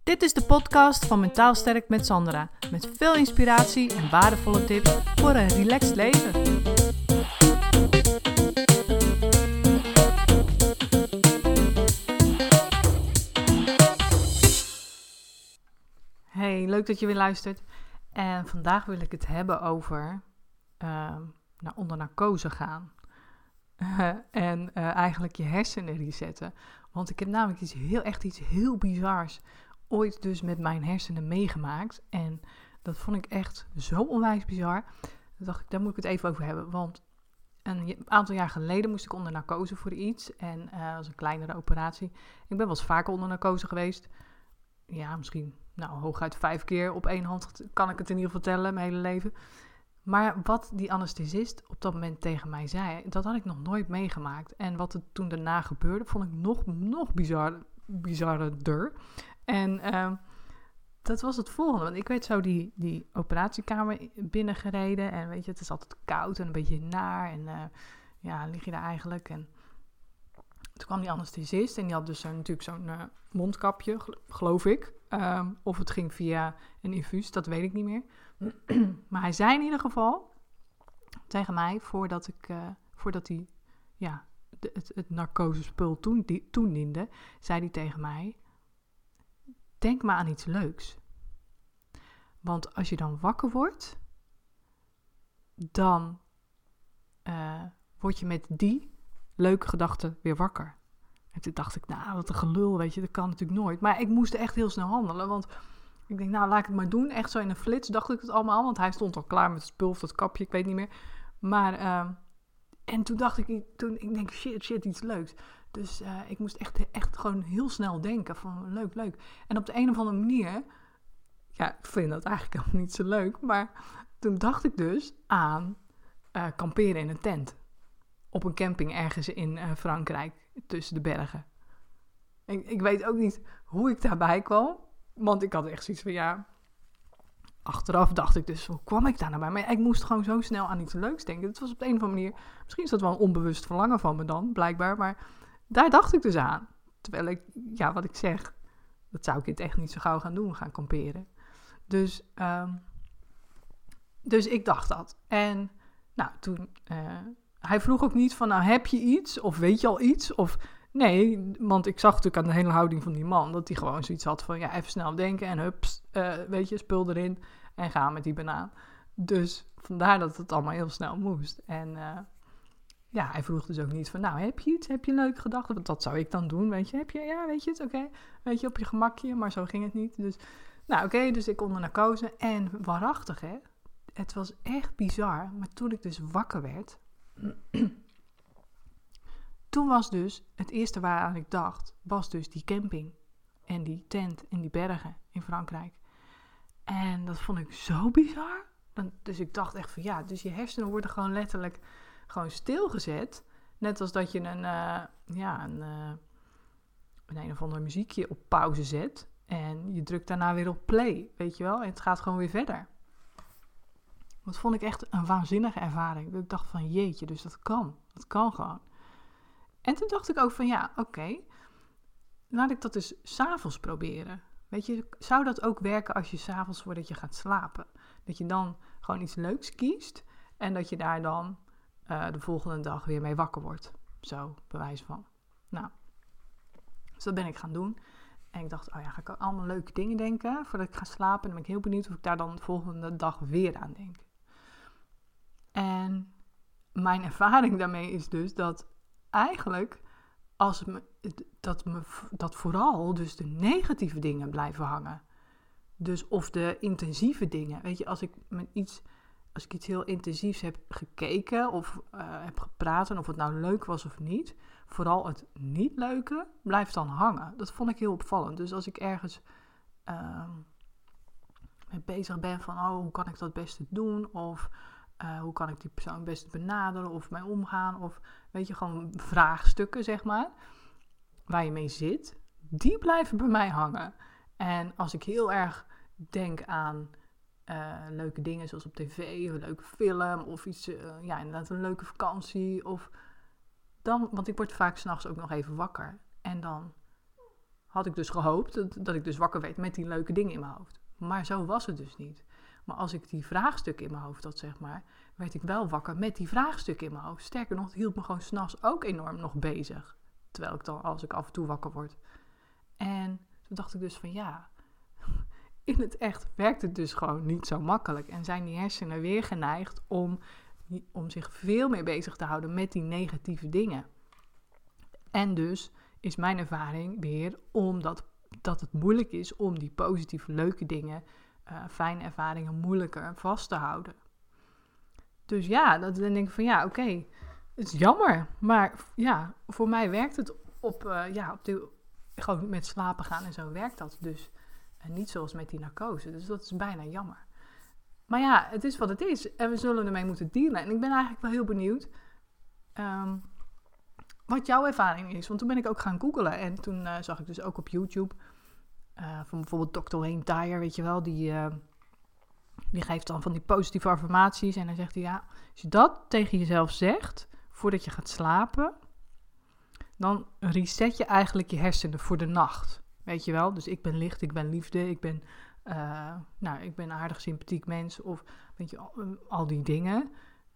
Dit is de podcast van Mentaal Sterk met Sandra. Met veel inspiratie en waardevolle tips voor een relaxed leven. Hey, leuk dat je weer luistert. En vandaag wil ik het hebben over onder narcose gaan. En eigenlijk je hersenen resetten. Want ik heb namelijk iets heel bizars ooit dus met mijn hersenen meegemaakt. En dat vond ik echt zo onwijs bizar. Toen dacht ik, daar moet ik het even over hebben. Want een aantal jaar geleden moest ik onder narcose voor iets. En dat was een kleinere operatie. Ik ben wel eens vaker onder narcose geweest. Ja, misschien hooguit 5 keer op 1 hand kan ik het in ieder geval tellen, mijn hele leven. Maar wat die anesthesist op dat moment tegen mij zei, dat had ik nog nooit meegemaakt. En wat er toen daarna gebeurde, vond ik nog bizarder. En dat was het volgende. Want ik werd zo die operatiekamer binnengereden. En weet je, het is altijd koud en een beetje naar. En lig je daar eigenlijk. En toen kwam die anesthesist en die had dus natuurlijk zo'n mondkapje, geloof ik. Of het ging via een infuus, dat weet ik niet meer. Maar hij zei in ieder geval tegen mij, voordat hij het narcosespul toediende, zei hij tegen mij, denk maar aan iets leuks. Want als je dan wakker wordt, dan word je met die leuke gedachten weer wakker. En toen dacht ik, wat een gelul, weet je, dat kan natuurlijk nooit. Maar ik moest echt heel snel handelen, want ik denk, laat ik het maar doen. Echt zo in een flits dacht ik het allemaal, want hij stond al klaar met het spul of dat kapje, ik weet niet meer. Maar, en toen dacht ik, ik denk, shit, iets leuks. Dus ik moest echt gewoon heel snel denken van, leuk. En op de een of andere manier, ik vind dat eigenlijk helemaal niet zo leuk, maar toen dacht ik dus aan kamperen in een tent. Op een camping ergens in Frankrijk, tussen de bergen. Ik weet ook niet hoe ik daarbij kwam. Want ik had echt zoiets van, achteraf dacht ik dus, hoe kwam ik daar nou bij? Maar ik moest gewoon zo snel aan iets leuks denken. Het was op de een of andere manier, misschien is dat wel een onbewust verlangen van me dan, blijkbaar. Maar daar dacht ik dus aan. Terwijl ik, wat ik zeg, dat zou ik het echt niet zo gauw gaan doen, gaan kamperen. Dus ik dacht dat. En toen, hij vroeg ook niet van, heb je iets? Of weet je al iets? Of nee, want ik zag natuurlijk aan de hele houding van die man dat hij gewoon zoiets had van, even snel denken en hups, spul erin en gaan met die banaan. Dus vandaar dat het allemaal heel snel moest. En hij vroeg dus ook niet van, heb je iets? Heb je een leuke gedachte? Want dat zou ik dan doen, weet je. Heb je, weet je het? Oké. Weet je, op je gemakje, maar zo ging het niet. Dus, dus ik onder narcose. En waarachtig, hè. Het was echt bizar. Maar toen ik dus wakker werd, toen was dus het eerste waaraan ik dacht, was dus die camping en die tent in die bergen in Frankrijk. En dat vond ik zo bizar. Dus ik dacht echt van dus je hersenen worden gewoon letterlijk gewoon stilgezet. Net als dat je een of ander muziekje op pauze zet en je drukt daarna weer op play, weet je wel. En het gaat gewoon weer verder. Dat vond ik echt een waanzinnige ervaring. Ik dacht van jeetje, dus dat kan gewoon. En toen dacht ik ook van oké, laat ik dat dus 's avonds proberen. Weet je, zou dat ook werken als je 's avonds voordat je gaat slapen? Dat je dan gewoon iets leuks kiest en dat je daar dan de volgende dag weer mee wakker wordt. Zo, bewijs van. Dus dat ben ik gaan doen. En ik dacht, ga ik allemaal leuke dingen denken voordat ik ga slapen. En dan ben ik heel benieuwd of ik daar dan de volgende dag weer aan denk. En mijn ervaring daarmee is dus dat eigenlijk dat vooral dus de negatieve dingen blijven hangen. Dus of de intensieve dingen. Weet je, als ik iets heel intensiefs heb gekeken of heb gepraat en of het nou leuk was of niet, vooral het niet leuke blijft dan hangen. Dat vond ik heel opvallend. Dus als ik ergens mee bezig ben van, hoe kan ik dat het beste doen? Of hoe kan ik die persoon het beste benaderen of mee omgaan? Of weet je, gewoon vraagstukken, zeg maar, waar je mee zit, die blijven bij mij hangen. En als ik heel erg denk aan leuke dingen zoals op tv, een leuke film of iets, inderdaad een leuke vakantie. Of dan, want ik word vaak 's nachts ook nog even wakker. En dan had ik dus gehoopt dat ik dus wakker werd met die leuke dingen in mijn hoofd. Maar zo was het dus niet. Maar als ik die vraagstukken in mijn hoofd had, zeg maar, werd ik wel wakker met die vraagstukken in mijn hoofd. Sterker nog, het hield me gewoon 's nachts ook enorm nog bezig. Terwijl ik dan, als ik af en toe wakker word. En toen dacht ik dus van ja, in het echt werkt het dus gewoon niet zo makkelijk. En zijn die hersenen weer geneigd om zich veel meer bezig te houden met die negatieve dingen. En dus is mijn ervaring weer dat het moeilijk is om die positieve, leuke dingen, fijne ervaringen moeilijker vast te houden. Dus ja, dan denk ik van ja, oké, het is jammer. Maar ja, voor mij werkt het gewoon met slapen gaan en zo werkt dat dus. En niet zoals met die narcose. Dus dat is bijna jammer. Maar ja, het is wat het is. En we zullen ermee moeten dealen. En ik ben eigenlijk wel heel benieuwd wat jouw ervaring is. Want toen ben ik ook gaan googlen. En toen zag ik dus ook op YouTube van bijvoorbeeld Dr. Wayne Dyer, weet je wel. Die geeft dan van die positieve affirmaties. En dan zegt hij, ja, als je dat tegen jezelf zegt voordat je gaat slapen, dan reset je eigenlijk je hersenen voor de nacht. Weet je wel? Dus ik ben licht, ik ben liefde, ik ben een aardig sympathiek mens. Of weet je, al die dingen.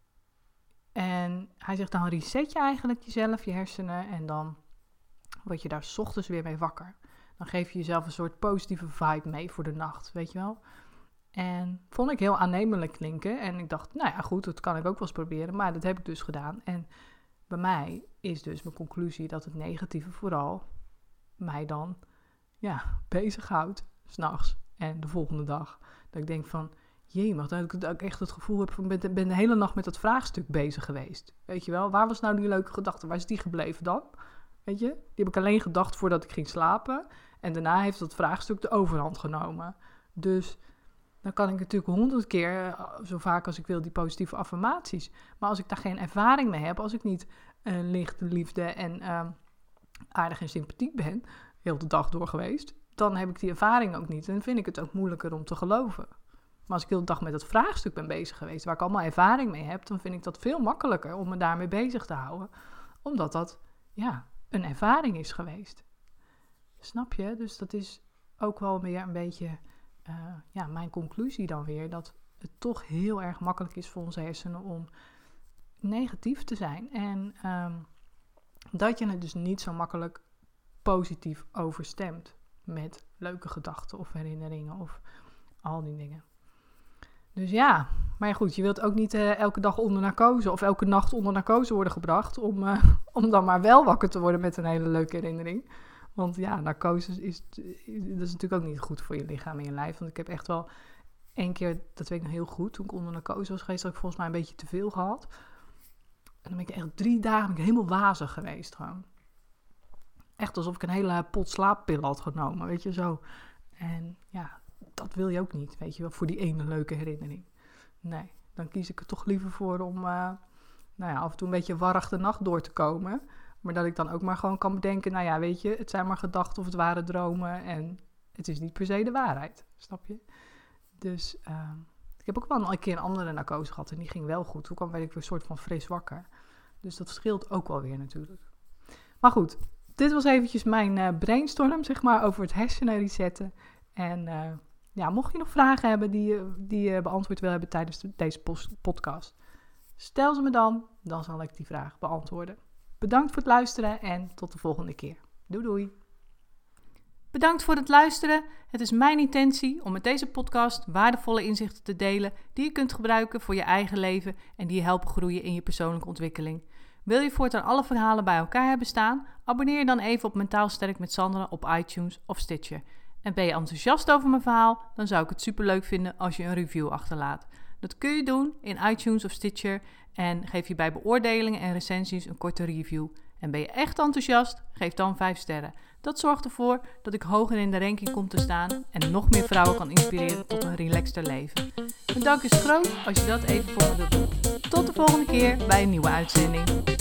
En hij zegt, dan reset je eigenlijk jezelf, je hersenen. En dan word je daar 's ochtends weer mee wakker. Dan geef je jezelf een soort positieve vibe mee voor de nacht, weet je wel. En vond ik heel aannemelijk klinken. En ik dacht, nou ja, goed, dat kan ik ook wel eens proberen. Maar dat heb ik dus gedaan. En bij mij is dus mijn conclusie dat het negatieve vooral mij dan bezighoudt 's nachts en de volgende dag. Dat ik denk van, jemig, dat ik echt het gevoel heb van, ben de hele nacht met dat vraagstuk bezig geweest. Weet je wel, waar was nou die leuke gedachte? Waar is die gebleven dan? Weet je, die heb ik alleen gedacht voordat ik ging slapen. En daarna heeft dat vraagstuk de overhand genomen. Dus dan kan ik natuurlijk 100 keer, zo vaak als ik wil, die positieve affirmaties. Maar als ik daar geen ervaring mee heb, als ik niet licht, liefde en aardig en sympathiek ben, heel de dag door geweest, dan heb ik die ervaring ook niet. En dan vind ik het ook moeilijker om te geloven. Maar als ik heel de dag met dat vraagstuk ben bezig geweest, waar ik allemaal ervaring mee heb, dan vind ik dat veel makkelijker om me daarmee bezig te houden. Omdat dat, een ervaring is geweest. Snap je? Dus dat is ook wel weer een beetje mijn conclusie dan weer. Dat het toch heel erg makkelijk is voor onze hersenen om negatief te zijn. En dat je het dus niet zo makkelijk positief overstemt met leuke gedachten of herinneringen of al die dingen. Dus ja, maar ja goed, je wilt ook niet elke dag onder narcose of elke nacht onder narcose worden gebracht om dan maar wel wakker te worden met een hele leuke herinnering. Want ja, narcose is natuurlijk ook niet goed voor je lichaam en je lijf. Want ik heb echt wel 1 keer, dat weet ik nog heel goed, toen ik onder narcose was geweest, had ik volgens mij een beetje te veel gehad. En dan ben ik echt 3 dagen helemaal wazig geweest gewoon. Echt alsof ik een hele pot slaappillen had genomen, weet je, zo. En ja, dat wil je ook niet, weet je wel, voor die ene leuke herinnering. Nee, dan kies ik er toch liever voor om af en toe een beetje warrig de nacht door te komen. Maar dat ik dan ook maar gewoon kan bedenken, nou ja, weet je, het zijn maar gedachten of het waren dromen. En het is niet per se de waarheid, snap je? Dus ik heb ook wel een keer een andere narcose gehad en die ging wel goed. Toen werd ik weer een soort van fris wakker. Dus dat scheelt ook wel weer natuurlijk. Maar goed, dit was eventjes mijn brainstorm, zeg maar, over het hersenen resetten. En mocht je nog vragen hebben die je beantwoord wil hebben tijdens deze podcast, stel ze me dan zal ik die vraag beantwoorden. Bedankt voor het luisteren en tot de volgende keer. Doei doei! Bedankt voor het luisteren. Het is mijn intentie om met deze podcast waardevolle inzichten te delen die je kunt gebruiken voor je eigen leven en die je helpen groeien in je persoonlijke ontwikkeling. Wil je voortaan alle verhalen bij elkaar hebben staan? Abonneer je dan even op Mentaal Sterk met Sandra op iTunes of Stitcher. En ben je enthousiast over mijn verhaal? Dan zou ik het superleuk vinden als je een review achterlaat. Dat kun je doen in iTunes of Stitcher en geef je bij beoordelingen en recensies een korte review. En ben je echt enthousiast? Geef dan 5 sterren. Dat zorgt ervoor dat ik hoger in de ranking kom te staan en nog meer vrouwen kan inspireren tot een relaxter leven. Mijn dank is groot als je dat even voor me wilt doen. Tot de volgende keer bij een nieuwe uitzending.